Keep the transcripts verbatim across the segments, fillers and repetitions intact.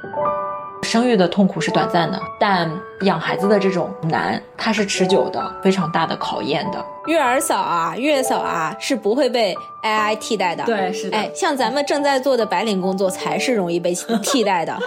生育的痛苦是短暂的，但养孩子的这种难，它是持久的，非常大的考验的。 月儿嫂啊，月嫂啊，是不会被 A I 替代的。 对，是的。 哎，像咱们正在做的白领工作才是容易被替代的。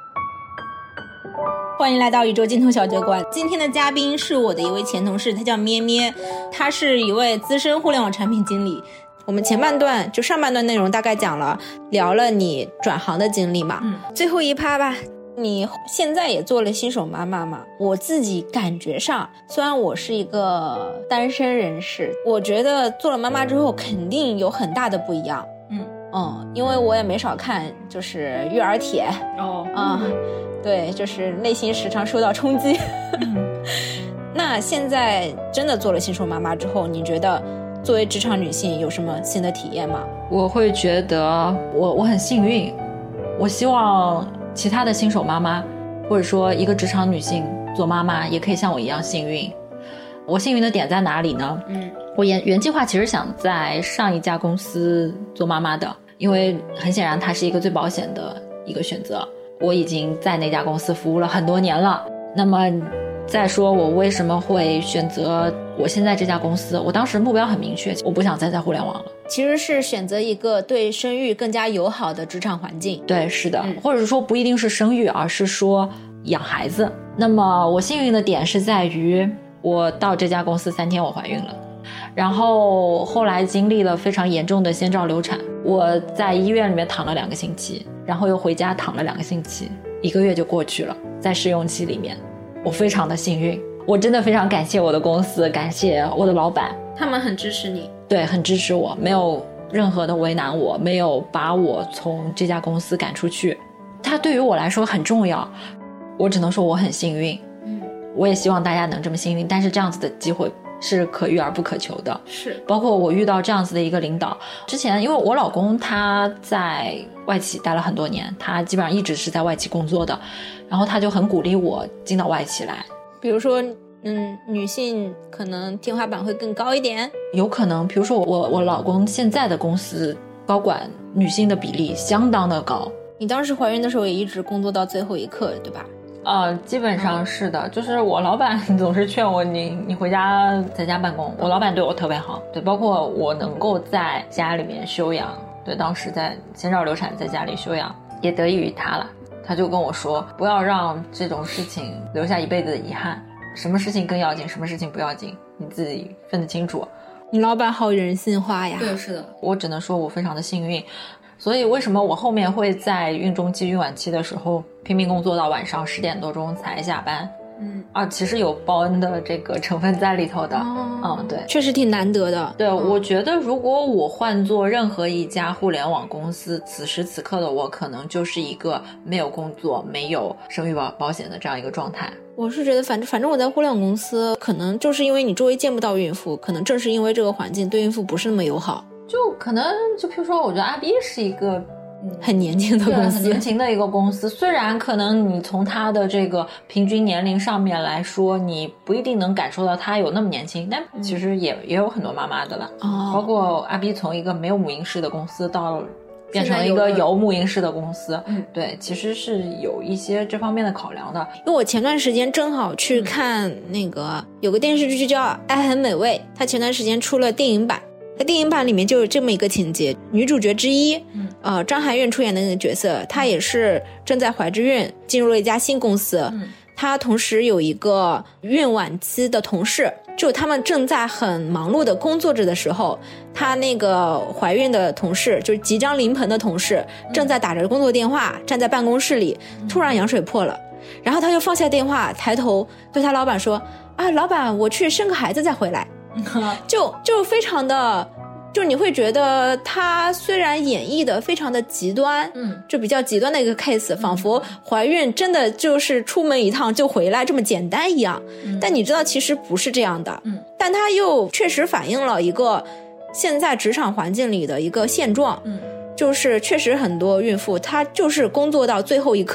欢迎来到宇宙尽头小酒馆，今天的嘉宾是我的一位前同事，他叫咩咩，他是一位资深互联网产品经理。我们前半段就上半段内容大概讲了聊了你转行的经历嘛，嗯，最后一趴吧，你现在也做了新手妈妈嘛？我自己感觉上，虽然我是一个单身人士，我觉得做了妈妈之后肯定有很大的不一样。嗯嗯，因为我也没少看就是育儿帖哦啊、嗯，对，就是内心时常受到冲击。嗯、那现在真的做了新手妈妈之后，你觉得作为职场女性有什么新的体验吗？ 我会觉得我我很幸运，我希望其他的新手妈妈或者说一个职场女性做妈妈也可以像我一样幸运。我幸运的点在哪里呢？嗯，我原原计划其实想在上一家公司做妈妈的，因为很显然它是一个最保险的一个选择。我已经在那家公司服务了很多年了，那么再说我为什么会选择我现在这家公司，我当时目标很明确，我不想再在互联网了。 其实是选择一个对生育更加友好的职场环境。 对，是的、嗯、或者说不一定是生育，而是说养孩子。那么我幸运的点是在于我到这家公司三天我怀孕了，然后后来经历了非常严重的先兆流产，我在医院里面躺了两个星期，然后又回家躺了两个星期，一个月就过去了。在试用期里面我非常的幸运，我真的非常感谢我的公司，感谢我的老板， 他们很支持你。 对，很支持我，没有任何的为难我，没有把我从这家公司赶出去。它对于我来说很重要，我只能说我很幸运。嗯，我也希望大家能这么幸运，但是这样子的机会是可遇而不可求的。 是， 包括我遇到这样子的一个领导，之前因为我老公他在外企待了很多年，他基本上一直是在外企工作的，然后他就很鼓励我进到外企来。 比如说嗯，女性可能天花板会更高一点， 有可能。比如说我我老公现在的公司高管女性的比例相当的高。 你当时怀孕的时候也一直工作到最后一刻，对吧？ 呃，基本上是的、嗯、就是我老板总是劝我你你回家在家办公，我老板对我特别好，对，包括我能够在家里面休养，对，当时在先兆流产在家里休养也得益于他了。他就跟我说不要让这种事情留下一辈子的遗憾，什么事情更要紧，什么事情不要紧，你自己分得清楚。 你老板好人性化呀。 对，是的，我只能说我非常的幸运。所以为什么我后面会在孕中期孕晚期的时候拼命工作到晚上十点多钟才下班？嗯啊，其实有报恩的这个成分在里头的。哦、嗯，对， 确实挺难得的。 对、嗯、我觉得如果我换做任何一家互联网公司，此时此刻的我可能就是一个没有工作没有生育保保险的这样一个状态。 我是觉得反正反正我在互联网公司，可能就是因为你周围见不到孕妇，可能正是因为这个环境对孕妇不是那么友好， 就可能就譬如说我觉得阿 B 是一个嗯，很年轻的公司， 很年轻的一个公司。虽然可能你从他的这个平均年龄上面来说，你不一定能感受到他有那么年轻，但其实也、嗯、也有很多妈妈的了。哦，包括阿 B 从一个没有母婴室的公司到变成一个有母婴室的公司，嗯，对，其实是有一些这方面的考量的。 因为我前段时间正好去看那个、嗯、有个电视剧叫《爱很美味》，它前段时间出了电影版。在电影版里面就有这么一个情节，女主角之一，嗯，呃，张含韵出演的那个角色，她也是正在怀着孕，进入了一家新公司。嗯，她同时有一个孕晚期的同事，就他们正在很忙碌的工作着的时候，她那个怀孕的同事，就是即将临盆的同事，正在打着工作电话，站在办公室里，突然羊水破了，然后她就放下电话，抬头对她老板说：“啊，老板，我去生个孩子再回来。”就就非常的，就你会觉得他虽然演绎的非常的极端，嗯，就比较极端的一个 case， 仿佛怀孕真的就是出门一趟就回来这么简单一样，嗯，但你知道其实不是这样的，嗯，但他又确实反映了一个现在职场环境里的一个现状，嗯，就是确实很多孕妇她就是工作到最后一刻，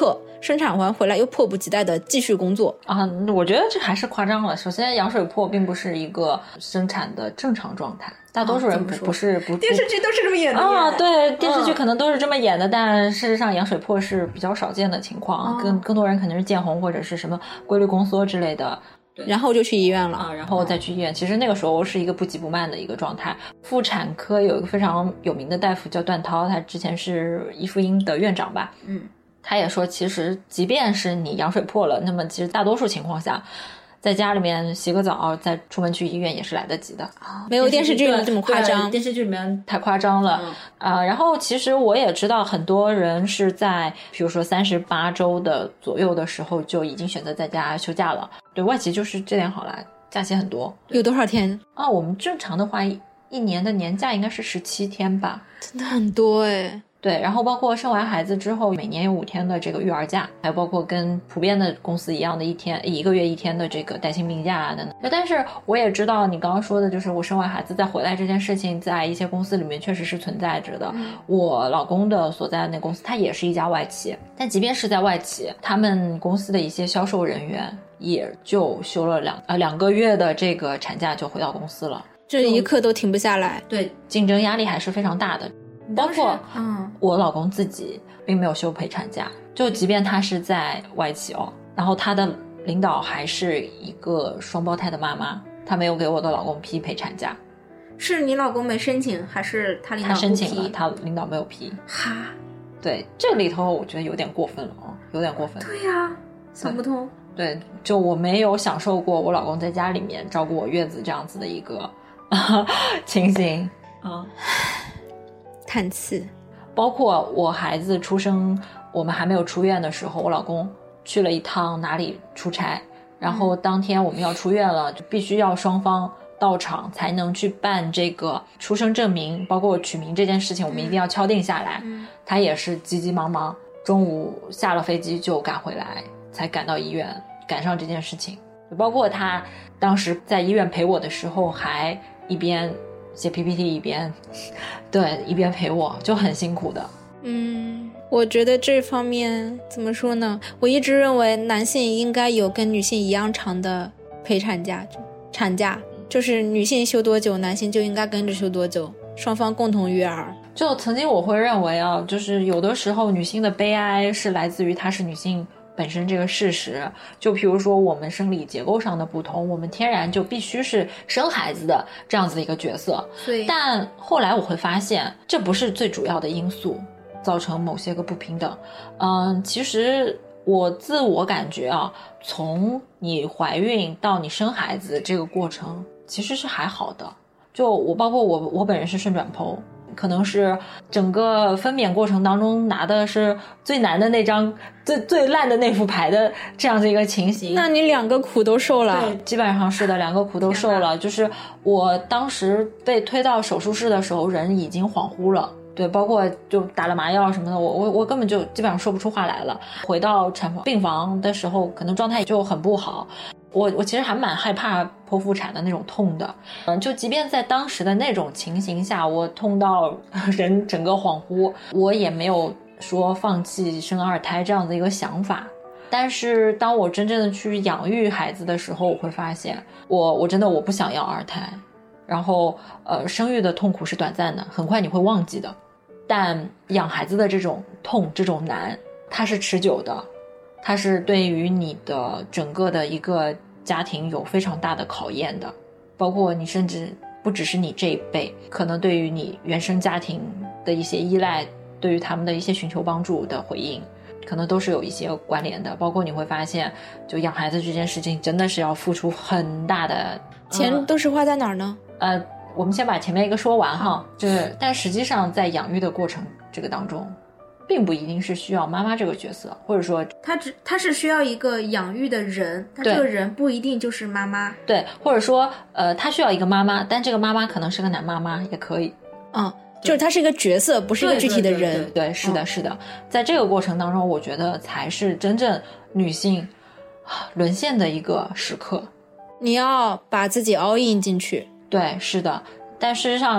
生产完回来又迫不及待的继续工作啊。我觉得这还是夸张了。首先羊水破并不是一个生产的正常状态，大多数人不、啊、不是不电视剧都是这么演的啊，对，电视剧可能都是这么演的、嗯、但事实上羊水破是比较少见的情况、哦、更更多人可能是见红或者是什么规律宫缩之类的， 然后就去医院了啊，然后再去医院。其实那个时候是一个不急不慢的一个状态。妇产科有一个非常有名的大夫叫段涛，他之前是一妇婴的院长吧， 嗯， 他也说其实即便是你羊水破了，那么其实大多数情况下在家里面洗个澡再出门去医院也是来得及的、 哦、没有电视剧里面这么夸张， 电视剧里面太夸张了啊、嗯呃！然后其实我也知道很多人是在比如说三十八周的左右的时候就已经选择在家休假了。对，外企就是这点好啦，假期很多。 有多少天啊？我们正常的话一年的年假应该是十七天吧， 真的很多诶。 对，然后包括生完孩子之后每年有五天的这个育儿假，还有包括跟普遍的公司一样的一天一个月一天的这个带薪病假啊等等。但是我也知道你刚刚说的就是我生完孩子再回来这件事情在一些公司里面确实是存在着的、嗯、我老公的所在的那公司它也是一家外企，但即便是在外企他们公司的一些销售人员也就休了两呃两个月的这个产假就回到公司了， 这一刻都停不下来。 对，竞争压力还是非常大的。包括嗯，我老公自己并没有休陪产假，就即便他是在外企哦，然后他的领导还是一个双胞胎的妈妈，他没有给我的老公批陪产假。 是你老公没申请还是他领导不批？ 他申请了，他领导没有批。 哈， 对，这里头我觉得有点过分了哦，有点过分。 对呀、啊，想不通。 对，就我没有享受过我老公在家里面照顾我月子这样子的一个情形啊。 叹气。 包括我孩子出生我们还没有出院的时候，我老公去了一趟哪里出差，然后当天我们要出院了、嗯、就必须要双方到场才能去办这个出生证明，包括取名这件事情我们一定要敲定下来、嗯、他也是急急忙忙中午下了飞机就赶回来才赶到医院赶上这件事情。包括他当时在医院陪我的时候还一边写 P P T 一边对一边陪我，就很辛苦的。 嗯，我觉得这方面怎么说呢，我一直认为男性应该有跟女性一样长的陪产假产假，就是女性休多久男性就应该跟着休多久，双方共同育儿。 就曾经我会认为啊，就是有的时候女性的悲哀是来自于她是女性本身这个事实，就譬如说我们生理结构上的不同，我们天然就必须是生孩子的这样子的一个角色。 对。 但后来我会发现这不是最主要的因素造成某些个不平等。嗯，其实我自我感觉啊，从你怀孕到你生孩子这个过程其实是还好的。就我包括我我本人是顺转剖，可能是整个分娩过程当中拿的是最难的那张最最烂的那副牌的这样的一个情形。 那你两个苦都受了？ 对，基本上是的，两个苦都受了。就是我当时被推到手术室的时候人已经恍惚了，对，包括就打了麻药什么的，我我我根本就基本上说不出话来了。回到产房病房的时候可能状态就很不好，我我其实还蛮害怕剖腹产的那种痛的。嗯，就即便在当时的那种情形下，我痛到人整个恍惚，我也没有说放弃生二胎这样的一个想法。但是当我真正的去养育孩子的时候，我会发现我我真的我不想要二胎。然后呃，生育的痛苦是短暂的，很快你会忘记的。但养孩子的这种痛这种难它是持久的，它是对于你的整个的一个家庭有非常大的考验的。包括你甚至不只是你这一辈，可能对于你原生家庭的一些依赖，对于他们的一些寻求帮助的回应，可能都是有一些关联的。包括你会发现就养孩子这件事情真的是要付出很大的钱，都是花在哪儿呢？ 呃，我们先把前面一个说完哈，就是但实际上在养育的过程这个当中并不一定是需要妈妈这个角色，或者说他只他是需要一个养育的人，他这个人不一定就是妈妈。 对，或者说呃，他需要一个妈妈，但这个妈妈可能是个男妈妈也可以。 嗯，就是他是一个角色，不是一个具体的人。 对对对对对，是的、嗯、是的。在这个过程当中我觉得才是真正女性沦陷的一个时刻， 你要把自己 all in 进去。 对，是的。但事实上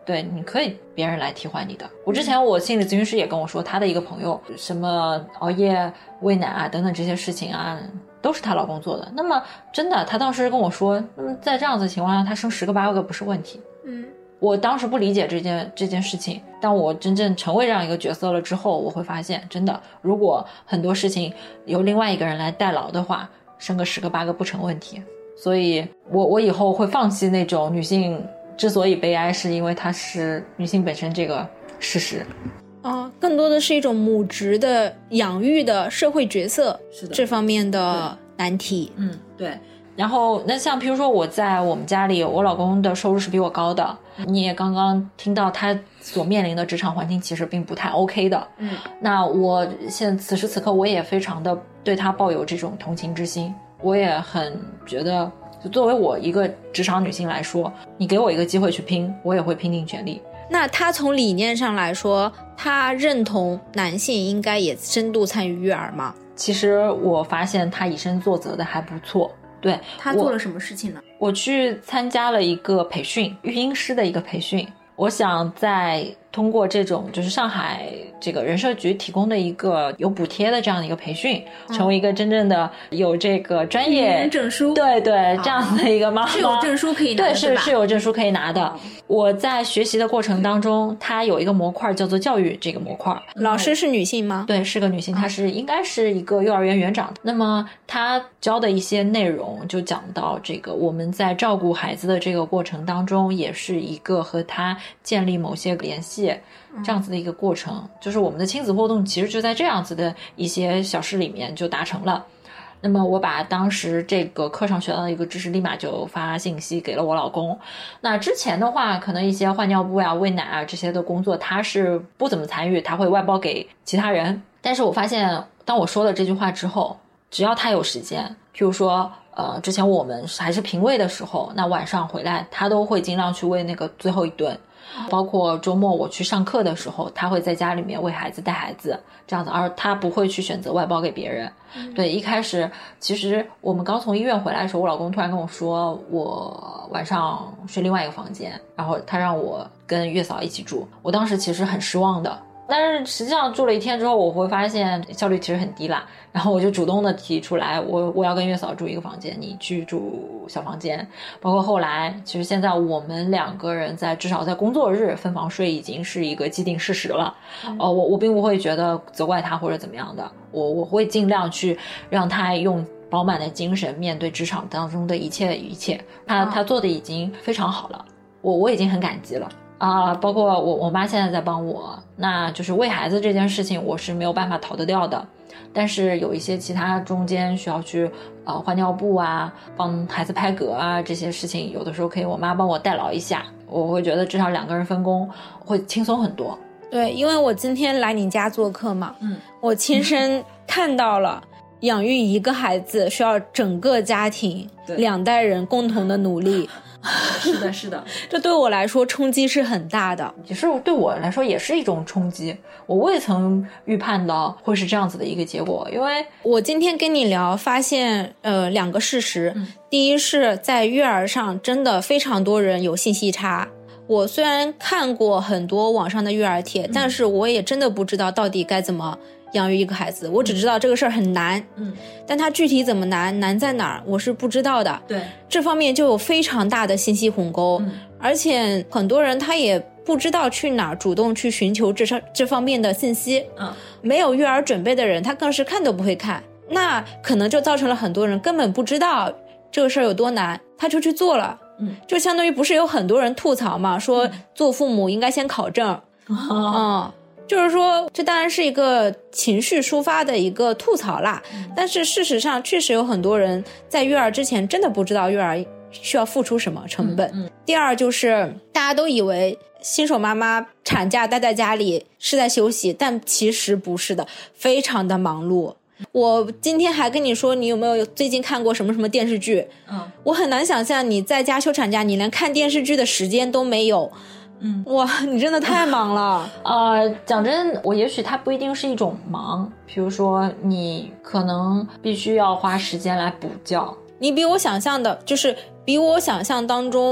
对，你可以别人来替换你的。我之前我心理咨询师也跟我说，他的一个朋友什么熬夜喂奶啊等等这些事情啊都是她老公做的。那么真的她当时跟我说，那么在这样子的情况下她生十个八个不是问题。 嗯， 我当时不理解这件这件事情，当我真正成为这样一个角色了之后，我会发现真的，如果很多事情由另外一个人来代劳的话，生个十个八个不成问题。所以我我以后会放弃那种女性之所以悲哀是因为她是女性本身这个事实。 哦，更多的是一种母职的养育的社会角色， 是的， 这方面的难题。 嗯，对。然后那像比如说我在我们家里，我老公的收入是比我高的，你也刚刚听到他所面临的职场环境其实并不太 OK 的。 嗯， 那我现此时此刻我也非常的对他抱有这种同情之心，我也很觉得就作为我一个职场女性来说，你给我一个机会去拼，我也会拼尽全力。 那他从理念上来说，他认同男性应该也深度参与育儿吗？ 其实我发现他以身作则的还不错。对， 他做了什么事情呢？ 我去参加了一个培训，育婴师的一个培训。我想在通过这种就是上海这个人社局提供的一个有补贴的这样的一个培训，嗯、成为一个真正的有这个专业证书， 对对、啊、这样子的一个妈妈， 是有证书可以拿的， 对，是是有证书可以拿的。 哦、 我在学习的过程当中，它有一个模块叫做教育这个模块。 老师是女性吗？ 对，是个女性，她是应该是一个幼儿园园长。那么她教的一些内容就讲到这个我们在照顾孩子的这个过程当中，也是一个和她建立某些联系这样子的一个过程、嗯、就是我们的亲子互动其实就在这样子的一些小事里面就达成了。那么我把当时这个课上学到的一个知识立马就发信息给了我老公。那之前的话可能一些换尿布呀、喂奶啊这些的工作他是不怎么参与，他会外包给其他人。但是我发现当我说了这句话之后，只要他有时间，譬如说呃，之前我们还是平喂的时候，那晚上回来他都会尽量去喂那个最后一顿，包括周末我去上课的时候，他会在家里面喂孩子带孩子这样子，而他不会去选择外包给别人、嗯、对。一开始其实我们刚从医院回来的时候，我老公突然跟我说我晚上睡另外一个房间，然后他让我跟月嫂一起住。我当时其实很失望的，但是实际上住了一天之后，我会发现效率其实很低啦。然后我就主动的提出来，我我要跟月嫂住一个房间，你去住小房间。包括后来，其实现在我们两个人在至少在工作日分房睡已经是一个既定事实了。嗯、呃，我我并不会觉得责怪他或者怎么样的，我我会尽量去让他用饱满的精神面对职场当中的一切一切。他他做的已经非常好了，我我已经很感激了。啊、呃，包括我我妈现在在帮我，那就是喂孩子这件事情我是没有办法逃得掉的，但是有一些其他中间需要去呃换尿布啊、帮孩子拍嗝啊这些事情，有的时候可以我妈帮我代劳一下，我会觉得至少两个人分工会轻松很多。 对，因为我今天来你家做客嘛，嗯，我亲身看到了养育一个孩子需要整个家庭两代人共同的努力。 是的是的， 这对我来说冲击是很大的， 也是对我来说也是一种冲击。我未曾预判到会是这样子的一个结果，因为我今天跟你聊发现呃两个事实、嗯、第一是在育儿上真的非常多人有信息差。我虽然看过很多网上的育儿帖、嗯、但是我也真的不知道到底该怎么养育一个孩子，我只知道这个事儿很难，嗯，但它具体怎么难，难在哪儿，我是不知道的。 对， 这方面就有非常大的信息鸿沟、嗯、而且很多人他也不知道去哪儿主动去寻求这这方面的信息，嗯，没有育儿准备的人，他更是看都不会看，那可能就造成了很多人根本不知道这个事儿有多难，他就去做了，嗯，就相当于不是有很多人吐槽嘛，说做父母应该先考证，嗯。嗯就是说这当然是一个情绪抒发的一个吐槽啦、嗯、但是事实上确实有很多人在育儿之前真的不知道育儿需要付出什么成本、嗯嗯、第二就是大家都以为新手妈妈产假待在家里是在休息，但其实不是的，非常的忙碌。我今天还跟你说你有没有最近看过什么什么电视剧，嗯，我很难想象你在家休产假你连看电视剧的时间都没有。嗯，哇，你真的太忙了。 呃，讲真，我也许它不一定是一种忙，比如说你可能必须要花时间来补觉。 你比我想象的，就是比我想象当中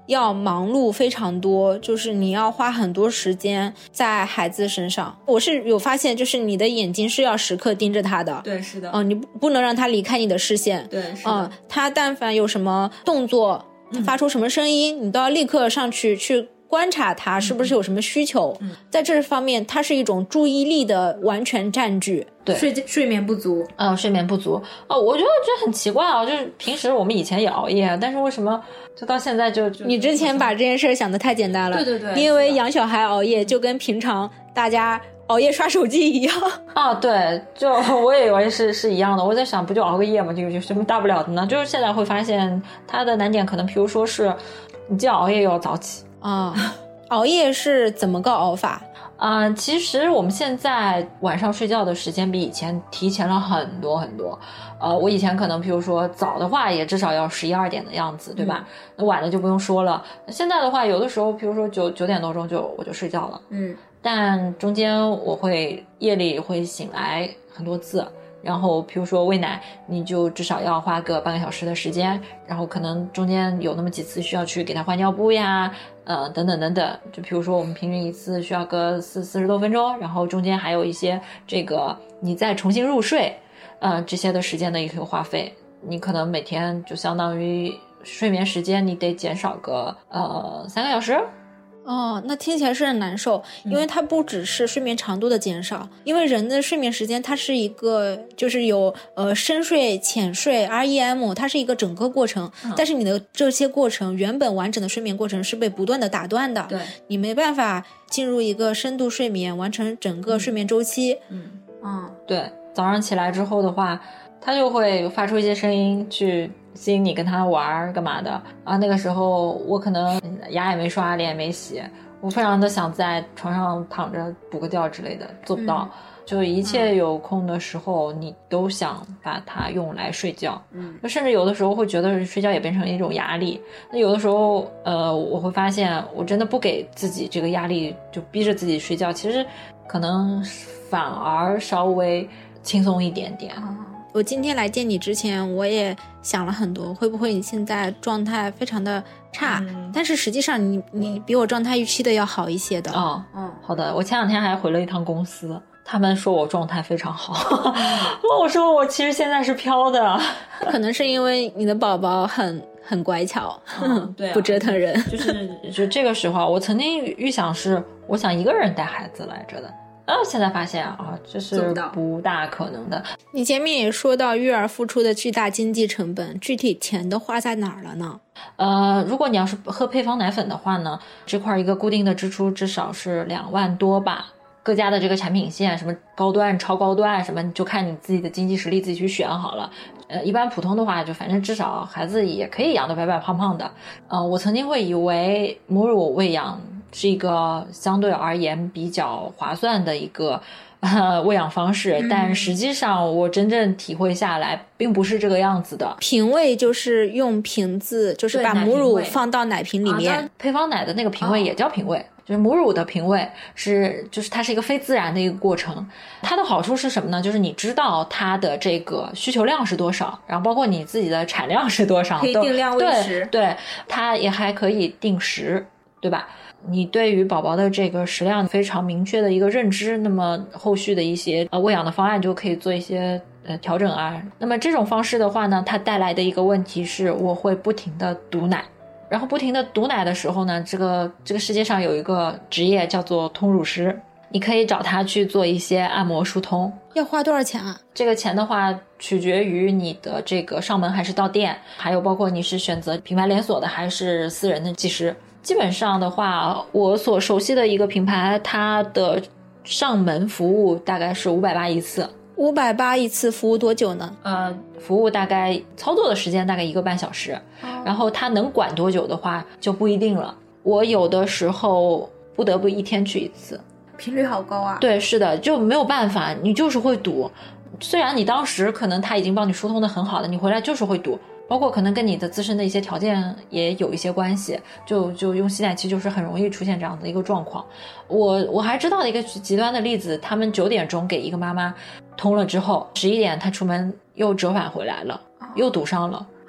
要忙碌非常多，就是你要花很多时间在孩子身上。我是有发现，就是你的眼睛是要时刻盯着他的。 对，是的。 嗯、呃，你不能让他离开你的视线。 对，是的。 嗯、呃，他但凡有什么动作，他发出什么声音，嗯、你都要立刻上去去观察他是不是有什么需求。嗯，在这方面，它是一种注意力的完全占据。 对， 睡睡眠不足。 嗯，睡眠不足。哦，我觉得这很奇怪啊，就是平时我们以前也熬夜，但是为什么就到现在就就你之前把这件事想得太简单了。 对对对， 因为养小孩熬夜就跟平常大家熬夜刷手机一样。 啊，对，就我也以为是是一样的。我在想，不就熬个夜嘛，就有什么大不了的呢？就是现在会发现它的难点可能，比如说是你既要熬夜又要早起啊。熬夜是怎么个熬法？ 啊、呃，其实我们现在晚上睡觉的时间比以前提前了很多很多。呃，我以前可能比如说早的话也至少要十一二点的样子，对吧？那、嗯、晚的就不用说了。现在的话，有的时候比如说九九点多钟就我就睡觉了， 嗯， 但中间我会夜里会醒来很多次。然后比如说喂奶，你就至少要花个半个小时的时间，然后可能中间有那么几次需要去给他换尿布呀，呃，等等等等。就比如说我们平均一次需要个四四十多分钟，然后中间还有一些这个你再重新入睡，呃，这些的时间的一个花费，你可能每天就相当于睡眠时间你得减少个呃三个小时。 哦，那听起来是很难受，因为它不只是睡眠长度的减少，嗯、因为人的睡眠时间它是一个就是有呃深睡、浅睡、R E M， 它是一个整个过程，嗯、但是你的这些过程原本完整的睡眠过程是被不断的打断的， 对， 你没办法进入一个深度睡眠，完成整个睡眠周期。 嗯嗯，对，早上起来之后的话，它就会发出一些声音去吸引你跟他玩干嘛的啊？那个时候我可能牙也没刷，脸也没洗，我非常的想在床上躺着补个觉之类的，做不到。嗯、就一切有空的时候，嗯、你都想把它用来睡觉。嗯，甚至有的时候会觉得睡觉也变成一种压力。那有的时候，呃，我会发现我真的不给自己这个压力，就逼着自己睡觉，其实可能反而稍微轻松一点点。 嗯，我今天来见你之前，我也想了很多，会不会你现在状态非常的差？嗯、但是实际上你你比我状态预期的要好一些的。 哦，嗯，好的。我前两天还回了一趟公司，他们说我状态非常好，我说我其实现在是飘的， 可能是因为你的宝宝很很乖巧， 嗯、对、啊， 不折腾人。 就是就这个时候，我曾经预想是我想一个人带孩子来着的。然后现在发现啊，这是不大可能的。 你前面也说到育儿付出的巨大经济成本，具体钱都花在哪儿了呢？ 呃，如果你要是喝配方奶粉的话呢，这块一个固定的支出至少是两万多吧。各家的这个产品线，什么高端、超高端，什么就看你自己的经济实力自己去选好了。呃，一般普通的话，就反正至少孩子也可以养得白白胖胖的。呃，我曾经会以为母乳喂养是一个相对而言比较划算的一个呃喂养方式，嗯、但实际上我真正体会下来并不是这个样子的。 瓶喂就是用瓶子，就是把母乳放到奶瓶里面。 啊、配方奶的那个瓶喂也叫瓶喂。哦，就是母乳的瓶喂是，就是它是一个非自然的一个过程。它的好处是什么呢？就是你知道它的这个需求量是多少，然后包括你自己的产量是多少， 可以定量喂食。 对，对，它也还可以定时，对吧？你对于宝宝的这个食量非常明确的一个认知，那么后续的一些呃喂养的方案就可以做一些呃调整啊。那么这种方式的话呢，它带来的一个问题是，我会不停的堵奶。然后不停的堵奶的时候呢，这个这个世界上有一个职业叫做通乳师，你可以找他去做一些按摩疏通。 要花多少钱啊？ 这个钱的话取决于你的这个上门还是到店，还有包括你是选择品牌连锁的还是私人的技师。基本上的话，我所熟悉的一个品牌，它的上门服务大概是五百八一次。 五百八一次服务多久呢？ 呃，服务大概操作的时间大概一个半小时，哦、然后它能管多久的话就不一定了。我有的时候不得不一天去一次， 频率好高啊。 对，是的，就没有办法，你就是会堵。虽然你当时可能他已经帮你疏通的很好的，你回来就是会堵。包括可能跟你的自身的一些条件也有一些关系，就就用吸奶器就是很容易出现这样的一个状况。我我还知道的一个极端的例子，他们九点钟给一个妈妈通了之后，十一点她出门又折返回来了，又堵上了。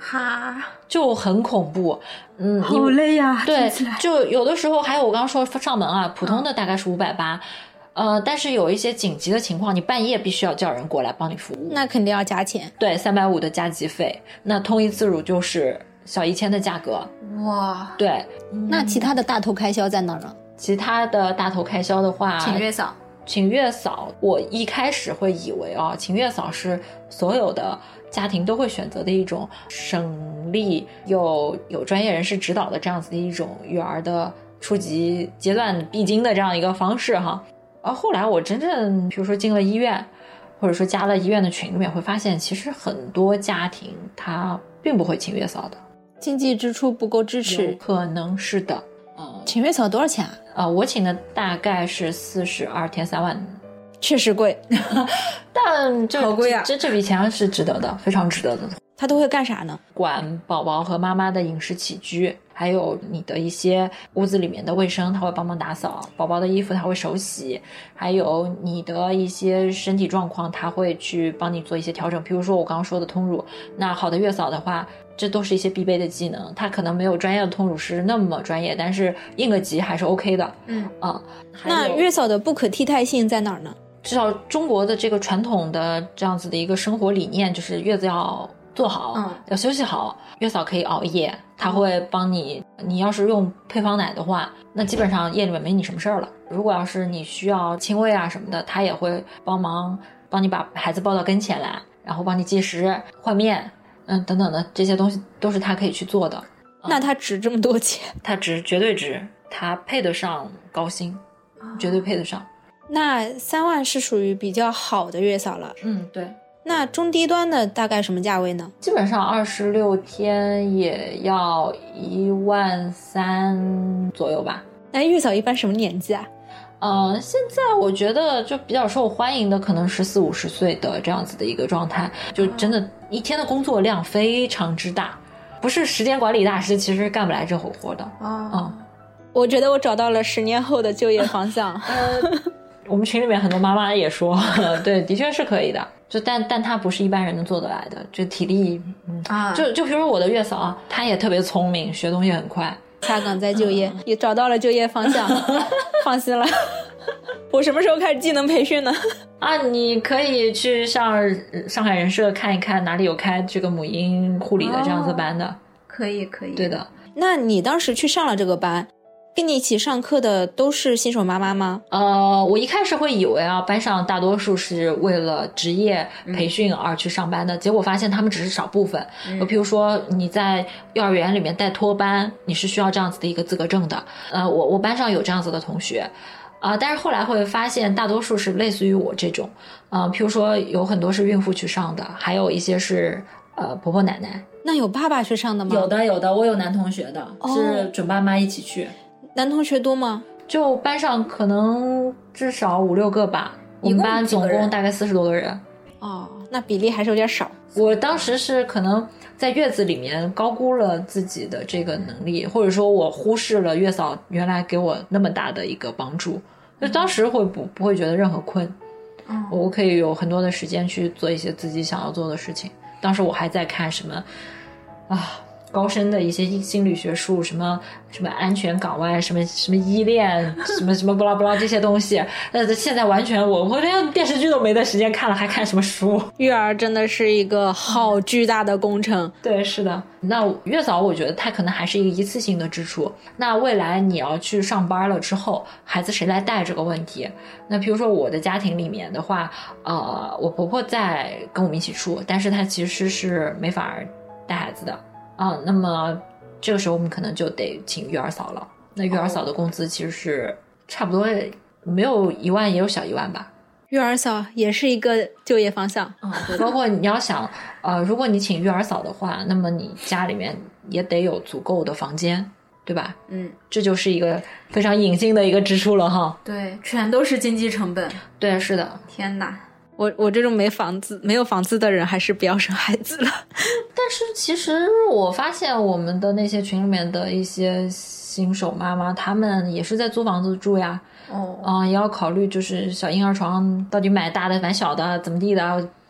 哈， 就很恐怖。嗯， 好累呀。 对，就有的时候还有我刚刚说上门啊，普通的大概是五百八。呃，但是有一些紧急的情况，你半夜必须要叫人过来帮你服务， 那肯定要加钱。 对，三百五的加急费，那通一次乳就是小一千的价格。 哇， 对， 那其他的大头开销在哪儿呢？ 其他的大头开销的话， 请月嫂。 请月嫂，我一开始会以为啊，请月嫂是所有的家庭都会选择的一种省力又有专业人士指导的这样子的一种育儿的初级阶段必经的这样一个方式哈。而后来我真正比如说进了医院，或者说加了医院的群里面，会发现其实很多家庭他并不会请月嫂的， 经济支出不够支持。 有可能是的。 嗯，请月嫂多少钱啊？ 呃，我请的大概是四十二天三万。 确实贵。 但这好贵啊， 这这笔钱是值得的，非常值得的。 他都会干啥呢？ 管宝宝和妈妈的饮食起居，还有你的一些屋子里面的卫生，他会帮忙打扫，宝宝的衣服他会手洗，还有你的一些身体状况他会去帮你做一些调整。比如说我刚刚说的通乳，那好的月嫂的话，这都是一些必备的技能，他可能没有专业的通乳师那么专业，但是应个急还是 OK 的。 嗯啊， 那月嫂的不可替代性在哪儿呢？ 至少中国的这个传统的这样子的一个生活理念，就是月子要做好、嗯、要休息好。月嫂可以熬夜，她会帮你，你要是用配方奶的话，那基本上夜里面没你什么事儿了。如果要是你需要亲喂啊什么的，她也会帮忙帮你把孩子抱到跟前来，然后帮你计时换面，嗯等等的这些东西都是她可以去做的。 那她值这么多钱？ 她值，绝对值，她配得上高薪、哦、绝对配得上。 那三万是属于比较好的月嫂了。 嗯，对。 那中低端的大概什么价位呢？ 基本上二十六天也要一万三左右吧。 那月嫂一般什么年纪啊？ 呃，现在我觉得就比较受欢迎的可能是四五十岁的这样子的一个状态，就真的一天的工作量非常之大，不是时间管理大师其实干不来这活活的。 哦， 嗯， 我觉得我找到了十年后的就业方向。 呃我们群里面很多妈妈也说，对，的确是可以的，就但但她不是一般人能做得来的，就体力，嗯啊，就就比如说我的月嫂啊，她也特别聪明，学东西很快， 下岗再就业，嗯、也找到了就业方向，放心了。我什么时候开始技能培训呢？ 啊，你可以去上上海人社看一看，哪里有开这个母婴护理的这样子班的。哦、 可以可以， 对的。 那你当时去上了这个班？跟你一起上课的都是新手妈妈吗？ 呃，我一开始会以为啊，班上大多数是为了职业培训而去上班的，嗯、结果发现他们只是少部分。嗯、比如说你在幼儿园里面带托班，你是需要这样子的一个资格证的。呃，我我班上有这样子的同学，啊、呃，但是后来会发现大多数是类似于我这种，呃，譬如说有很多是孕妇去上的，还有一些是呃婆婆奶奶。 那有爸爸去上的吗？ 有的有的，我有男同学的，哦、是准爸妈一起去。 男同学多吗？ 就班上可能至少五六个吧，我们班总共大概四十多个人。 哦，那比例还是有点少。 我当时是可能在月子里面高估了自己的这个能力，或者说我忽视了月嫂原来给我那么大的一个帮助，就当时会不不会觉得任何困。嗯，我可以有很多的时间去做一些自己想要做的事情。当时我还在看什么啊。高深的一些心理学书，什么什么安全港湾，什么什么依恋，什么什么不拉不拉这些东西，呃，现在完全我我连电视剧都没得时间看了，还看什么书？ 育儿真的是一个好巨大的工程。 对，是的。那月嫂，我觉得它可能还是一个一次性的支出。那未来你要去上班了之后，孩子谁来带这个问题？那比如说我的家庭里面的话，呃，我婆婆在跟我们一起住，但是她其实是没法带孩子的。啊，那么这个时候我们可能就得请育儿嫂了。那育儿嫂的工资其实是差不多没有一万也有小一万吧。 育儿嫂也是一个就业方向。 嗯，对。包括你要想，呃，如果你请育儿嫂的话，那么你家里面也得有足够的房间，对吧？嗯，这就是一个非常隐性的一个支出了哈。 对，全都是经济成本。 对，是的。 天哪。我我这种没房子没有房子的人还是不要生孩子了。 但是其实我发现我们的那些群里面的一些新手妈妈，她们也是在租房子住呀。哦，啊、呃，也要考虑就是小婴儿床到底买大的买小的怎么地的，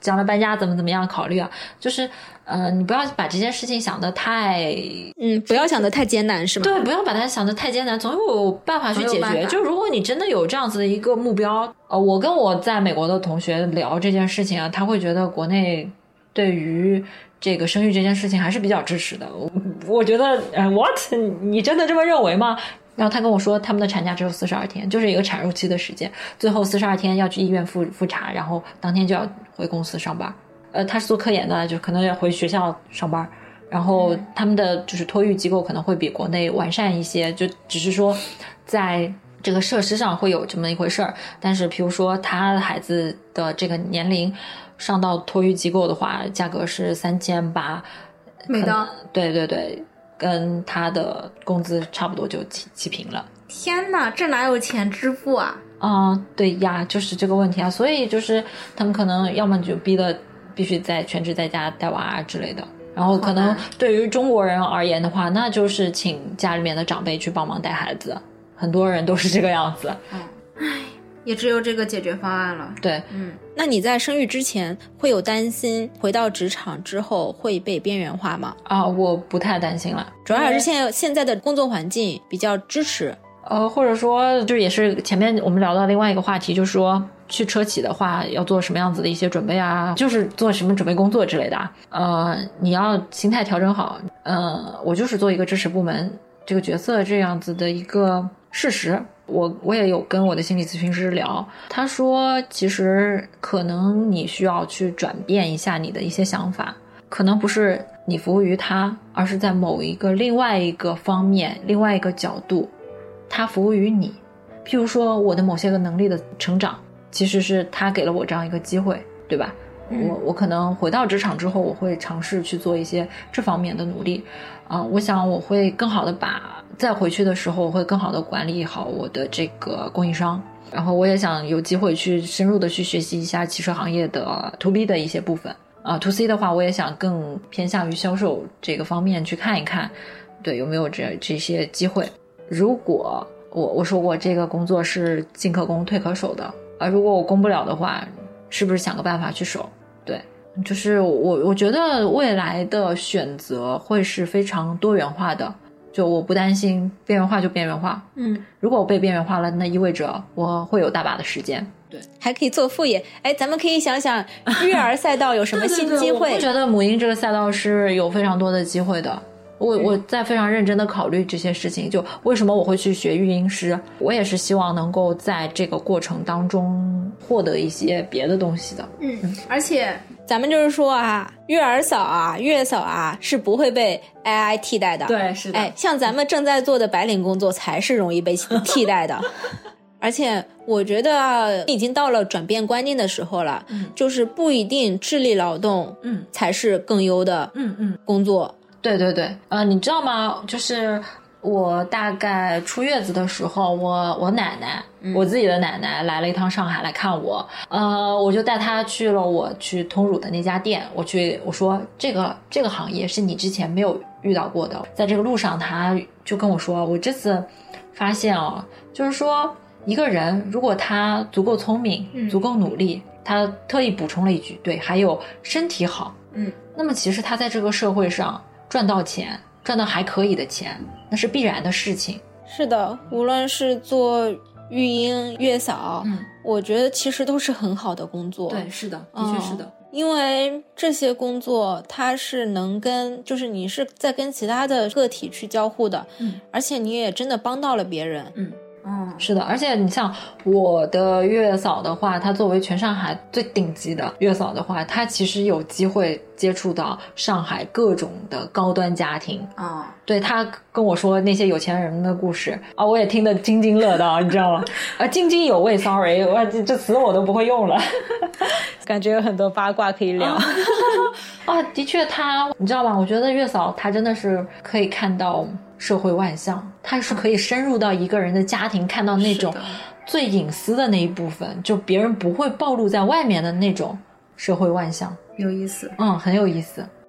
将来搬家怎么怎么样考虑啊，就是呃，你不要把这件事情想得太嗯，不要想得太艰难是吗？ 对，不要把它想得太艰难，总有办法去解决。就如果你真的有这样子的一个目标，呃，我跟我在美国的同学聊这件事情啊，他会觉得国内对于这个生育这件事情还是比较支持的。我, 我觉得呃 what 你真的这么认为吗？然后他跟我说他们的产假只有四十二天，就是一个产褥期的时间，最后四十二天要去医院复复查，然后当天就要回公司上班。呃，他是做科研的，就可能要回学校上班，然后他们的就是托育机构可能会比国内完善一些，就只是说在这个设施上会有这么一回事儿。但是比如说他孩子的这个年龄上到托育机构的话，价格是三千八美刀， 对对对，跟他的工资差不多就齐齐平了。 天哪，这哪有钱支付啊？ 啊、呃，对呀，就是这个问题啊。所以就是他们可能要么就逼得必须在全职在家带娃啊之类的。然后可能对于中国人而言的话，那就是请家里面的长辈去帮忙带孩子，很多人都是这个样子。 嗯，唉，也只有这个解决方案了。 对， 嗯，那你在生育之前会有担心回到职场之后会被边缘化吗？ 啊，我不太担心了， 主要还是现在现在的工作环境比较支持。 呃，或者说就也是前面我们聊到另外一个话题，就是说去车企的话要做什么样子的一些准备啊，就是做什么准备工作之类的啊。呃，你要心态调整好。呃，我就是做一个支持部门这个角色这样子的一个事实。我我也有跟我的心理咨询师聊，他说其实可能你需要去转变一下你的一些想法，可能不是你服务于他，而是在某一个另外一个方面另外一个角度他服务于你。譬如说我的某些个能力的成长，其实是他给了我这样一个机会，对吧？嗯、我我可能回到职场之后，我会尝试去做一些这方面的努力啊、呃。我想我会更好的把再回去的时候，我会更好的管理好我的这个供应商，然后我也想有机会去深入的去学习一下汽车行业的 to B 的一些部分啊、呃、to C 的话，我也想更偏向于销售这个方面去看一看，对，有没有这这些机会。如果我我说过这个工作是进可攻退可守的，而如果我攻不了的话，是不是想个办法去守？对，就是我我觉得未来的选择会是非常多元化的，就我不担心边缘化就边缘化。 嗯， 如果我被边缘化了，那意味着我会有大把的时间。对， 还可以做副业。哎，咱们可以想想育儿赛道有什么新机会。 对对对，我觉得母婴这个赛道是有非常多的机会的。我我在非常认真的考虑这些事情，就为什么我会去学育婴师，我也是希望能够在这个过程当中获得一些别的东西的。 嗯，而且咱们就是说啊，育儿嫂啊、月嫂啊是不会被 A I 替代的。 对，是的。 哎，像咱们正在做的白领工作才是容易被替代的。而且我觉得已经到了转变观念的时候了，嗯，就是不一定智力劳动，嗯，才是更优的，嗯嗯，工作。 对对对，呃，你知道吗？就是我大概出月子的时候，我我奶奶、嗯，我自己的奶奶来了一趟上海来看我，呃，我就带她去了我去通乳的那家店，我去我说这个这个行业是你之前没有遇到过的，在这个路上，她就跟我说，我这次发现哦，就是说一个人如果他足够聪明、嗯、足够努力，他特意补充了一句，对，还有身体好，嗯，那么其实他在这个社会上。赚到钱，赚到还可以的钱，那是必然的事情。 是的，无论是做育婴、月嫂，嗯，我觉得其实都是很好的工作。 对，是的，的确是的。嗯， 因为这些工作它是能跟，就是你是在跟其他的个体去交互的，嗯，而且你也真的帮到了别人，嗯。 嗯，是的，而且你像我的月嫂的话，她作为全上海最顶级的月嫂的话，她其实有机会接触到上海各种的高端家庭啊、哦。对，她跟我说那些有钱人的故事啊，我也听得津津乐道，你知道吗？啊，津津有味 ，sorry， 我这这词我都不会用了， 感觉有很多八卦可以聊啊。的确，她你知道吗？我觉得月嫂她真的是可以看到。社会万象，它是可以深入到一个人的家庭，看到那种最隐私的那一部分，就别人不会暴露在外面的那种社会万象。 有意思， 嗯，很有意思。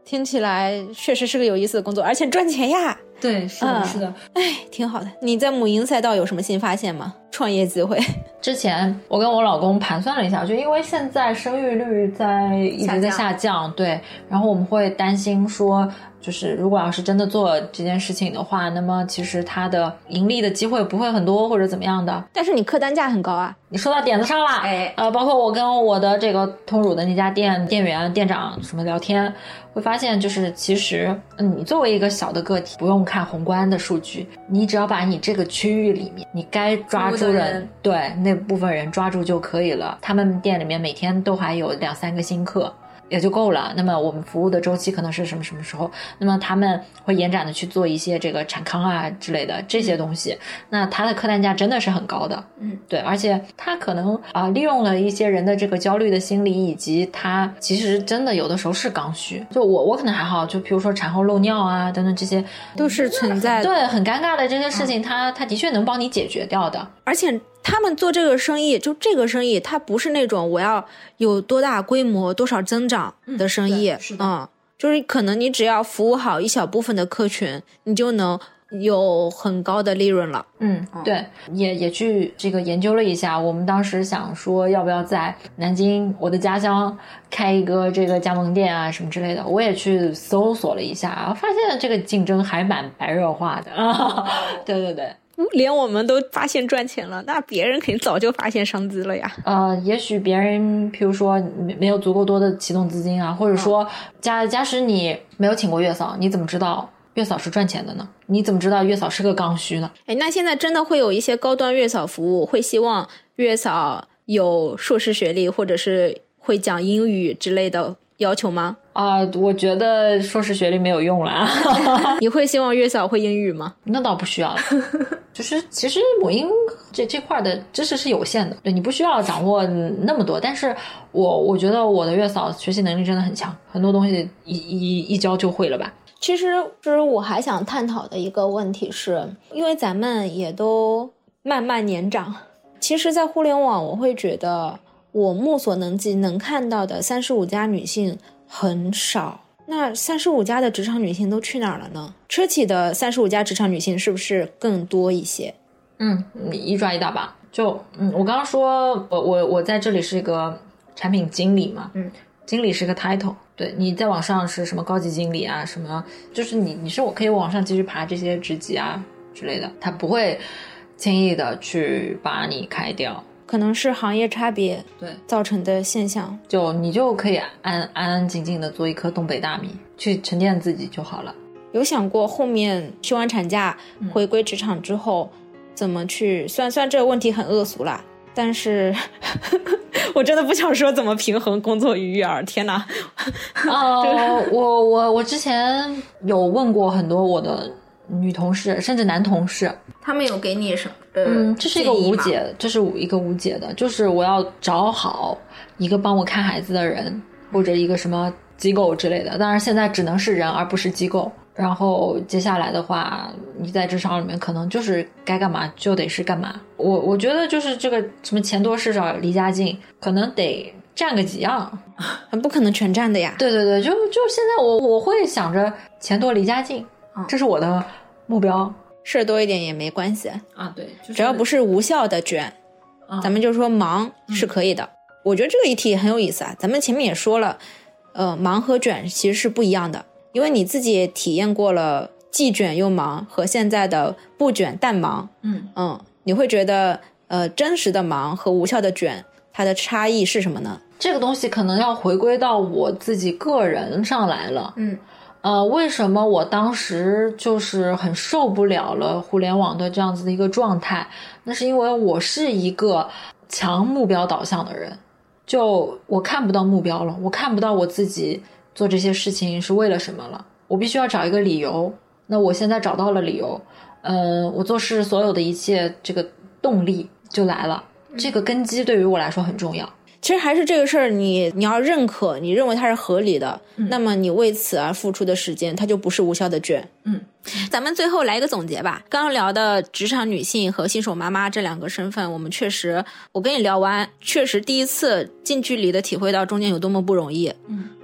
听起来确实是个有意思的工作，而且赚钱呀。 对，是的、嗯、是的， 哎，挺好的。你在母婴赛道有什么新发现吗？创业机会？ 之前我跟我老公盘算了一下，就因为现在生育率在一直在下降，对，然后我们会担心说，就是如果要是真的做这件事情的话，那么其实它的盈利的机会不会很多或者怎么样的。 但是你客单价很高啊。 你说到点子上了，哎，呃，包括我跟我的这个通乳的那家店店员、店长什么聊天，会发现就是其实，嗯，你作为一个小的个体，不用看宏观的数据，你只要把你这个区域里面你该抓住的人，对那部分人抓住就可以了。他们店里面每天都还有两三个新客。也就够了。那么我们服务的周期可能是什么什么时候，那么他们会延展的去做一些这个产康啊之类的这些东西，那它的客单价真的是很高的。 嗯， 对，而且它可能啊、呃、利用了一些人的这个焦虑的心理，以及它其实真的有的时候是刚需。就我我可能还好，就比如说产后漏尿啊等等这些都是存在的， 对，很尴尬的这些事情，它它的确能帮你解决掉的。 而且他们做这个生意，就这个生意它不是那种我要有多大规模多少增长的生意， 嗯，是的， 嗯，就是可能你只要服务好一小部分的客群，你就能有很高的利润了。 嗯，对，也也去这个研究了一下，我们当时想说要不要在南京我的家乡开一个这个加盟店啊什么之类的，我也去搜索了一下，发现这个竞争还蛮白热化的啊。对对对， 连我们都发现赚钱了，那别人肯定早就发现商机了呀。 呃，也许别人譬如说没有足够多的启动资金啊，或者说假假使你没有请过月嫂，你怎么知道月嫂是赚钱的呢？你怎么知道月嫂是个刚需呢？ 哎，那现在真的会有一些高端月嫂服务会希望月嫂有硕士学历或者是会讲英语之类的要求吗？ 啊、呃，我觉得硕士学历没有用了。 你会希望月嫂会英语吗？ 那倒不需要了。就是其实母婴这这块的知识是有限的，对，你不需要掌握那么多。但是我我觉得我的月嫂学习能力真的很强，很多东西一一一教就会了吧。 其实就是我还想探讨的一个问题是，因为咱们也都慢慢年长，其实在互联网我会觉得我目所能及能看到的三十五加女性很少，那三十五加的职场女性都去哪儿了呢？车企的三十五加职场女性是不是更多一些？ 嗯，一抓一大把。就嗯，我刚刚说我我我在这里是一个产品经理嘛， 嗯， 经理是个 title， 对，你在网上是什么高级经理啊，什么就是你你是我可以往上继续爬这些职级啊之类的，他不会轻易的去把你开掉。 可能是行业差别对造成的现象， 就你就可以安安安静静的做一颗东北大米，去沉淀自己就好了。 有想过后面休完产假回归职场之后、嗯、怎么去，虽然虽然这个问题很恶俗啦，但是我真的不想说怎么平衡工作与育儿。天哪！ 呃，我我我之前有问过很多我的女同事甚至男同事， 他们有给你什么？呃、 嗯，这是一个无解，这是一个无解的，就是我要找好一个帮我看孩子的人，或者一个什么机构之类的。当然现在只能是人而不是机构。然后接下来的话，你在职场里面可能就是该干嘛就得是干嘛。我我觉得就是这个什么钱多事少离家近，可能得占个几样， 不可能全占的呀。 对对对，就就现在我我会想着钱多离家近，这是我的目标。 事多一点也没关系啊，对，就是、 只要不是无效的卷、啊、咱们就说忙是可以的、嗯、我觉得这个议题很有意思啊。咱们前面也说了，呃，忙和卷其实是不一样的，因为你自己也体验过了既卷又忙和现在的不卷但忙。 嗯嗯，你会觉得呃，真实的忙和无效的卷它的差异是什么呢？ 这个东西可能要回归到我自己个人上来了。 嗯呃，为什么我当时就是很受不了了互联网的这样子的一个状态？那是因为我是一个强目标导向的人，就我看不到目标了，我看不到我自己做这些事情是为了什么了，我必须要找一个理由。那我现在找到了理由，呃，我做事所有的一切这个动力就来了，这个根基对于我来说很重要。 其实还是这个事儿，你你要认可，你认为它是合理的、嗯、那么你为此而付出的时间它就不是无效的卷。 嗯， 咱们最后来一个总结吧。刚刚聊的职场女性和新手妈妈这两个身份，我们确实，我跟你聊完确实第一次近距离的体会到中间有多么不容易。 嗯，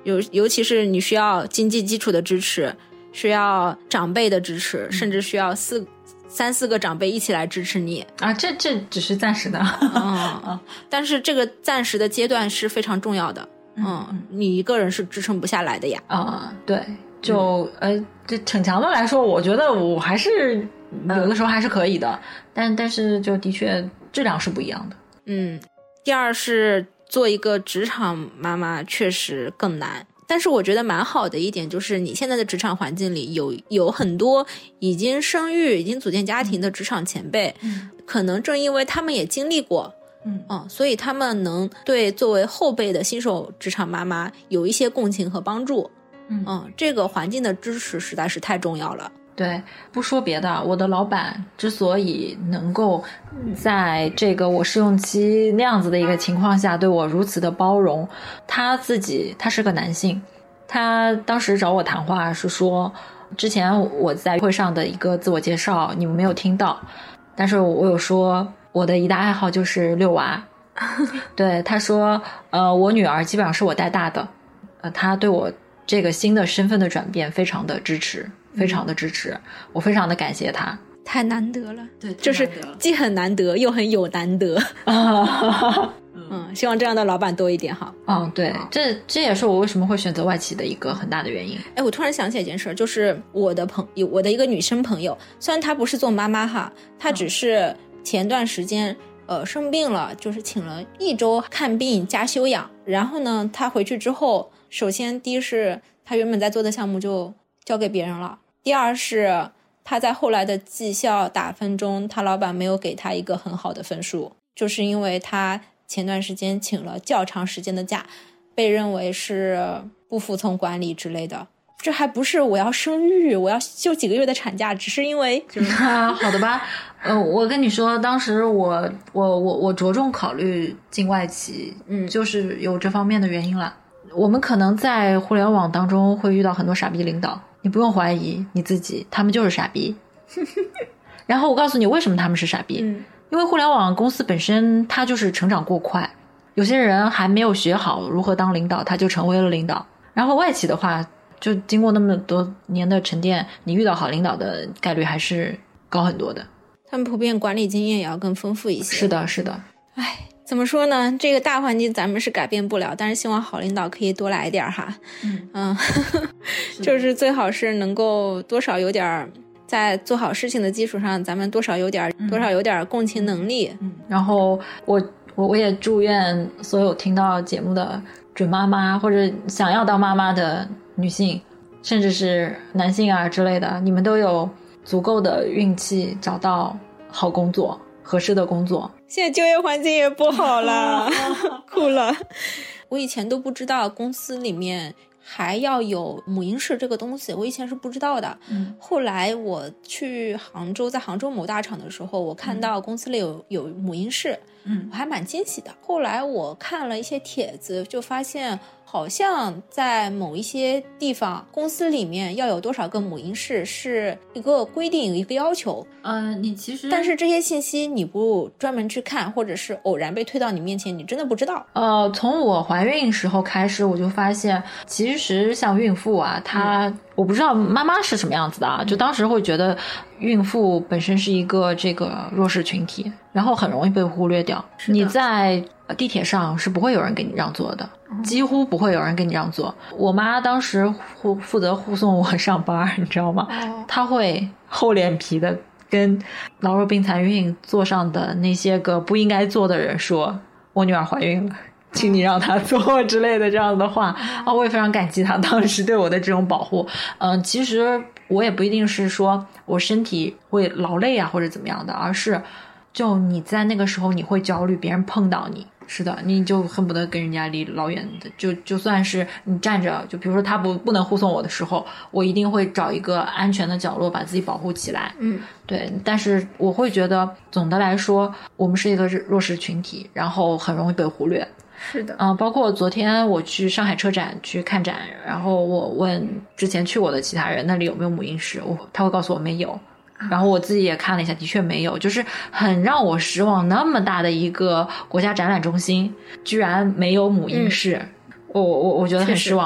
尤尤其是你需要经济基础的支持，需要长辈的支持，甚至需要四三四个长辈一起来支持你啊，这这只是暂时的， 嗯，但是这个暂时的阶段是非常重要的，嗯，嗯你一个人是支撑不下来的呀。 啊，对，就、嗯、呃，这逞强的来说，我觉得我还是有的时候还是可以的，嗯、但但是就的确质量是不一样的。 嗯，第二是做一个职场妈妈确实更难。但是我觉得蛮好的一点就是你现在的职场环境里有有很多已经生育已经组建家庭的职场前辈、嗯、可能正因为他们也经历过嗯、呃，所以他们能对作为后辈的新手职场妈妈有一些共情和帮助嗯、呃，这个环境的支持实在是太重要了。 对，不说别的，我的老板之所以能够在这个我试用期那样子的一个情况下对我如此的包容，他自己他是个男性，他当时找我谈话是说，之前我在会上的一个自我介绍你们没有听到，但是我有说我的一大爱好就是遛娃对，他说呃，我女儿基本上是我带大的，呃，他对我这个新的身份的转变非常的支持，非常的支持、嗯、我非常的感谢他， 太难得了。 对， 就是既很难得又很有难得嗯，希望这样的老板多一点哈。 嗯，对，这这也是我为什么会选择外企的一个很大的原因。 哎，我突然想起一件事，就是我的朋友，我的一个女生朋友，虽然她不是做妈妈哈，她只是前段时间、嗯、呃生病了，就是请了一周看病加休养，然后呢，她回去之后，首先第一是她原本在做的项目就交给别人了，第二是她在后来的绩效打分中，她老板没有给她一个很好的分数，就是因为她前段时间请了较长时间的假，被认为是不服从管理之类的。这还不是我要生育，我要休几个月的产假，只是因为啊，好的吧。呃，我跟你说，当时我我我我着重考虑进外企，嗯，就是有这方面的原因了。我们可能在互联网当中会遇到很多傻逼领导，你不用怀疑你自己，他们就是傻逼。然后我告诉你为什么他们是傻逼。嗯，因为互联网公司本身它就是成长过快，有些人还没有学好如何当领导，他就成为了领导。然后外企的话，就经过那么多年的沉淀，你遇到好领导的概率还是高很多的。 他们普遍管理经验也要更丰富一些。 是的，是的。 唉，怎么说呢？这个大环境咱们是改变不了，但是希望好领导可以多来一点哈。嗯嗯，就是最好是能够多少有点。在做好事情的基础上，咱们多少有点、嗯、多少有点共情能力。 嗯，然后我我我也祝愿所有听到节目的准妈妈或者想要当妈妈的女性，甚至是男性啊之类的，你们都有足够的运气找到好工作，合适的工作。 现在就业环境也不好了，哭了。我以前都不知道公司里面还要有母婴室这个东西，我以前是不知道的。嗯，后来我去杭州，在杭州某大厂的时候，我看到公司里有有母婴室，嗯，我还蛮惊喜的。后来我看了一些帖子，就发现好像在某一些地方，公司里面要有多少个母婴室是一个规定，一个要求。 嗯、呃，你其实， 但是这些信息你不专门去看，或者是偶然被推到你面前，你真的不知道。 呃，从我怀孕时候开始，我就发现，其实像孕妇啊，她、嗯、我不知道妈妈是什么样子的啊，就当时会觉得孕妇本身是一个这个弱势群体，然后很容易被忽略掉。你在地铁上是不会有人给你让座的，几乎不会有人给你让座。我妈当时负负责护送我上班，你知道吗？她会厚脸皮的跟老弱病残孕座上的那些个不应该坐的人说，我女儿怀孕了，请你让她坐之类的这样的话啊，我也非常感激她当时对我的这种保护。嗯，其实我也不一定是说我身体会劳累啊或者怎么样的，而是就你在那个时候你会焦虑别人碰到你。是的，你就恨不得跟人家离老远的，就就算是你站着，就比如说他不不能护送我的时候，我一定会找一个安全的角落把自己保护起来。嗯，对。但是我会觉得总的来说，我们是一个弱势群体，然后很容易被忽略。 是的， 嗯、呃，包括昨天我去上海车展去看展，然后我问之前去过的其他人那里有没有母婴室，我他会告诉我没有。然后我自己也看了一下，的确没有，就是很让我失望。那么大的一个国家展览中心，居然没有母婴室，嗯、我我我觉得很失望。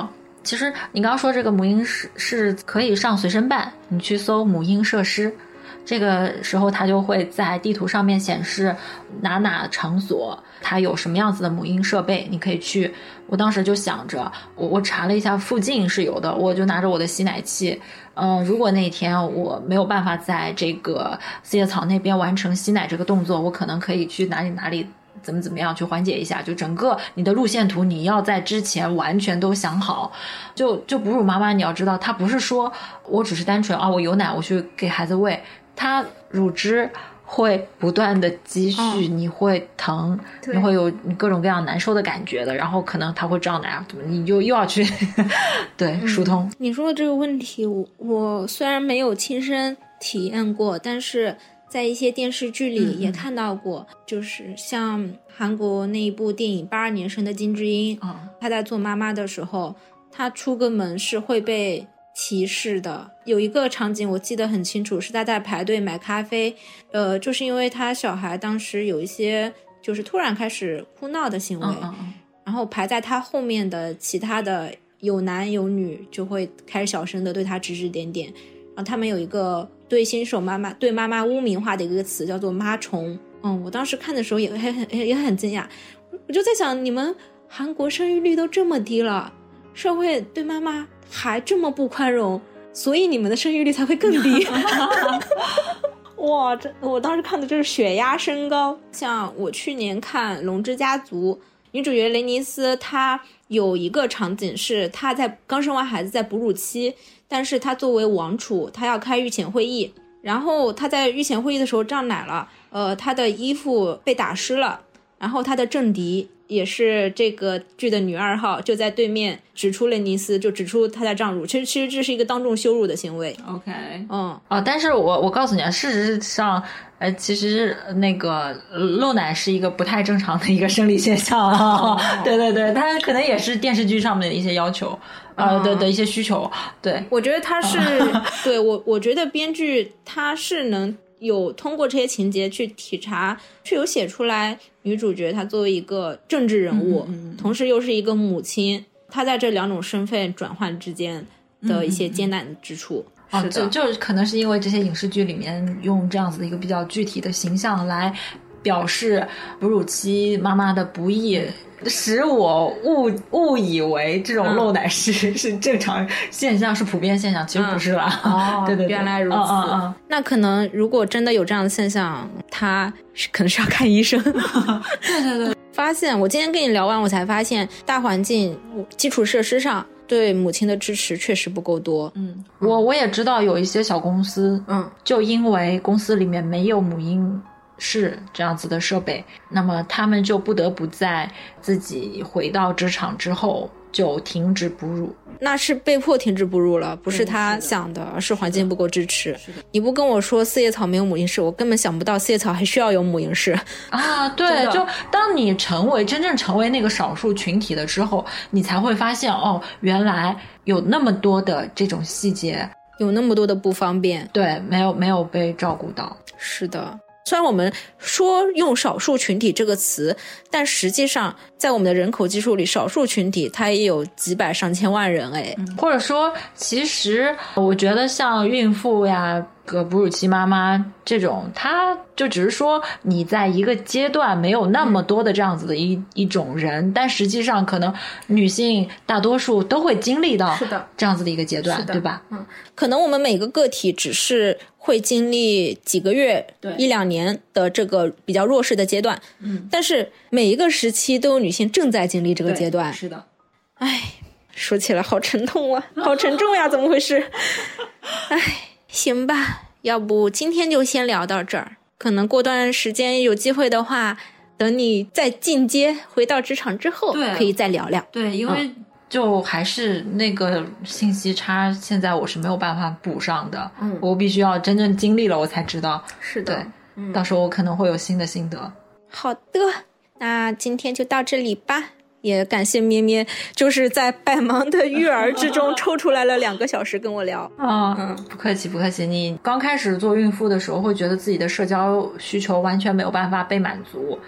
其实你刚刚说这个母婴室是可以上随身办，你去搜母婴设施，这个时候它就会在地图上面显示哪哪场所它有什么样子的母婴设备，你可以去。我当时就想着，我我查了一下附近是有的，我就拿着我的吸奶器，嗯、呃，如果那天我没有办法在这个四叶草那边完成吸奶这个动作，我可能可以去哪里哪里怎么怎么样去缓解一下。就整个你的路线图你要在之前完全都想好。就就哺乳妈妈你要知道，她不是说我只是单纯啊我有奶我去给孩子喂，她乳汁会不断的积蓄、哦、你会疼，你会有各种各样难受的感觉的，然后可能它会胀奶，你就又要去对、嗯、疏通。 你说的这个问题我我虽然没有亲身体验过，但是在一些电视剧里也看到过、嗯、就是像韩国那一部电影八二年生的金智英，她、嗯、在做妈妈的时候，她出个门是会被歧视的。有一个场景我记得很清楚，是他在排队买咖啡，呃，就是因为他小孩当时有一些就是突然开始哭闹的行为，嗯嗯嗯，然后排在他后面的其他的有男有女就会开始小声的对他指指点点，然后他们有一个对新手妈妈对妈妈污名化的一个词叫做妈虫。嗯，我当时看的时候也很也很惊讶，我就在想，你们韩国生育率都这么低了，社会对妈妈还这么不宽容，所以你们的生育率才会更低。哇，这我当时看的就是血压升高。像我去年看《龙之家族》，女主角雷尼斯她有一个场景是她在刚生完孩子在哺乳期，但是她作为王储她要开御前会议，然后她在御前会议的时候胀奶了，呃，她的衣服被打湿了，然后她的政敌也是这个剧的女二号就在对面指出雷尼斯，就指出她在胀乳，其实其实这是一个当众羞辱的行为。 OK， 嗯， 哦，但是我我告诉你啊，事实上呃，其实那个漏奶是一个不太正常的一个生理现象啊。哦、对对对，它可能也是电视剧上面的一些要求，呃、嗯、的的一些需求。对， 我觉得他是、嗯、对我我觉得编剧他是能有通过这些情节去体察，去有写出来女主角她作为一个政治人物、嗯嗯、同时又是一个母亲，她在这两种身份转换之间的一些艰难之处。 嗯嗯、是的、哦、就就可能是因为这些影视剧里面用这样子的一个比较具体的形象来表示哺乳期妈妈的不易，使我误误以为这种漏奶是、嗯、是正常现象，是普遍现象，其实不是啦。 嗯、哦， 对对对， 原来如此。 嗯嗯嗯， 那可能如果真的有这样的现象，他可能是要看医生。 对对对， 发现我今天跟你聊完，我才发现大环境基础设施上对母亲的支持确实不够多。 嗯，我我也知道有一些小公司，嗯，就因为公司里面没有母婴是这样子的设备，那么他们就不得不在自己回到职场之后就停止哺乳。 那是被迫停止哺乳了，不是他想的，而是环境不够支持。 是的， 你不跟我说四叶草没有母婴室，我根本想不到四叶草还需要有母婴室啊！对，就当你成为真正成为那个少数群体了之后，你才会发现哦，原来有那么多的这种细节， 有那么多的不方便， 对，没有没有被照顾到。 是的，虽然我们说用少数群体这个词，但实际上在我们的人口基数里，少数群体它也有几百上千万人哎、 嗯、或者说其实我觉得像孕妇呀个哺乳期妈妈这种，它就只是说你在一个阶段没有那么多的这样子的一、嗯、一种人，但实际上可能女性大多数都会经历到这样子的一个阶段，对吧？ 嗯，可能我们每个个体只是会经历几个月一两年的这个比较弱势的阶段，嗯，但是每一个时期都有女性正在经历这个阶段。 是的， 哎，说起来好沉痛啊，好沉重呀，怎么回事？哎，行吧，要不今天就先聊到这儿。可能过段时间有机会的话，等你再进阶回到职场之后，可以再聊聊。 对，因为就还是那个信息差，现在我是没有办法补上的。嗯，我必须要真正经历了，我才知道。 是的， 对，嗯，到时候我可能会有新的心得。 好的，那今天就到这里吧。也感谢咩咩，就是在百忙的育儿之中抽出来了两个小时跟我聊。 啊、嗯，不客气不客气。你刚开始做孕妇的时候，会觉得自己的社交需求完全没有办法被满足，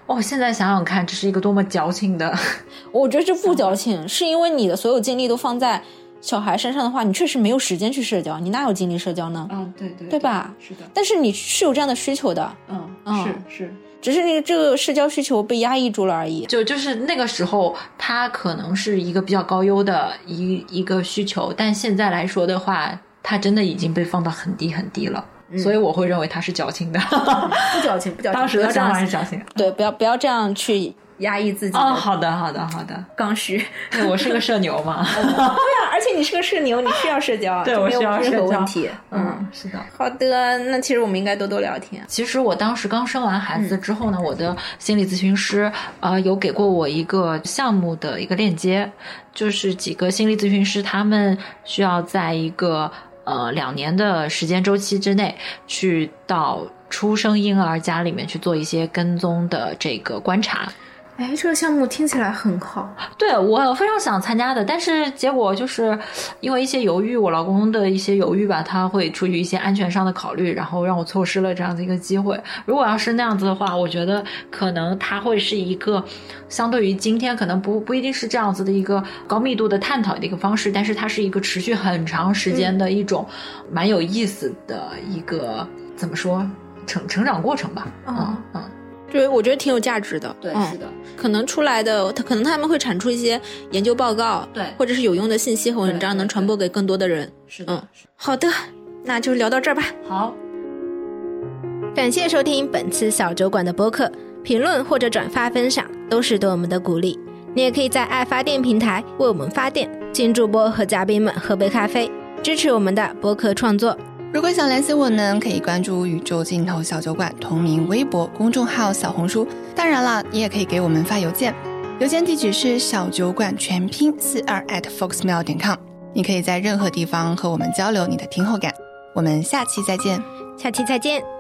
哦，现在想想看，这是一个多么矫情的。 我觉得这不矫情，是因为你的所有精力都放在小孩身上的话，你确实没有时间去社交，你哪有精力社交呢？ 嗯，对 对, 对吧？ 是的。 但是你是有这样的需求的。 嗯， 嗯是是。 只是这个社交需求被压抑住了而已。 就就是那个时候，它可能是一个比较高优的一一个需求，但现在来说的话，它真的已经被放到很低很低了。嗯、所以我会认为它是矫情的。 不矫情，不矫情。 当时的想法是矫情。 对，不要不要这样去压抑自己。 哦，好的好的好的。 刚需。 对，我是个社牛嘛。 对啊，而且你是个社牛，你需要社交。 对，我需要社交。 没有任何问题。 嗯，嗯是的。 好的，那其实我们应该多多聊天。 其实我当时刚生完孩子之后呢，嗯、我的心理咨询师呃有给过我一个项目的一个链接，就是几个心理咨询师他们需要在一个呃两年的时间周期之内去到出生婴儿家里面去做一些跟踪的这个观察。 哎，这个项目听起来很好。 对，我非常想参加的，但是结果就是因为一些犹豫，我老公的一些犹豫吧，他会出于一些安全上的考虑，然后让我错失了这样的一个机会。如果要是那样子的话，我觉得可能它会是一个相对于今天可能不不一定是这样子的一个高密度的探讨的一个方式，但是它是一个持续很长时间的一种蛮有意思的一个、嗯、怎么说成成长过程吧。嗯嗯。 对，我觉得挺有价值的。 对、 嗯， 是的。 可能出来的，可能他们会产出一些研究报告， 对， 或者是有用的信息和文章，能传播给更多的人。 是的。 嗯，好的，那就聊到这儿吧。 好， 感谢收听本次小酒馆的播客，评论或者转发分享都是对我们的鼓励。你也可以在爱发电平台为我们发电，请主播和嘉宾们喝杯咖啡，支持我们的播客创作。 如果想联系我们，可以关注宇宙尽头小酒馆同名微博、公众号、小红书。当然了，你也可以给我们发邮件，邮件地址是小酒馆全拼四二 at foxmail 点 com。你可以在任何地方和我们交流你的听后感。我们下期再见， 下期再见。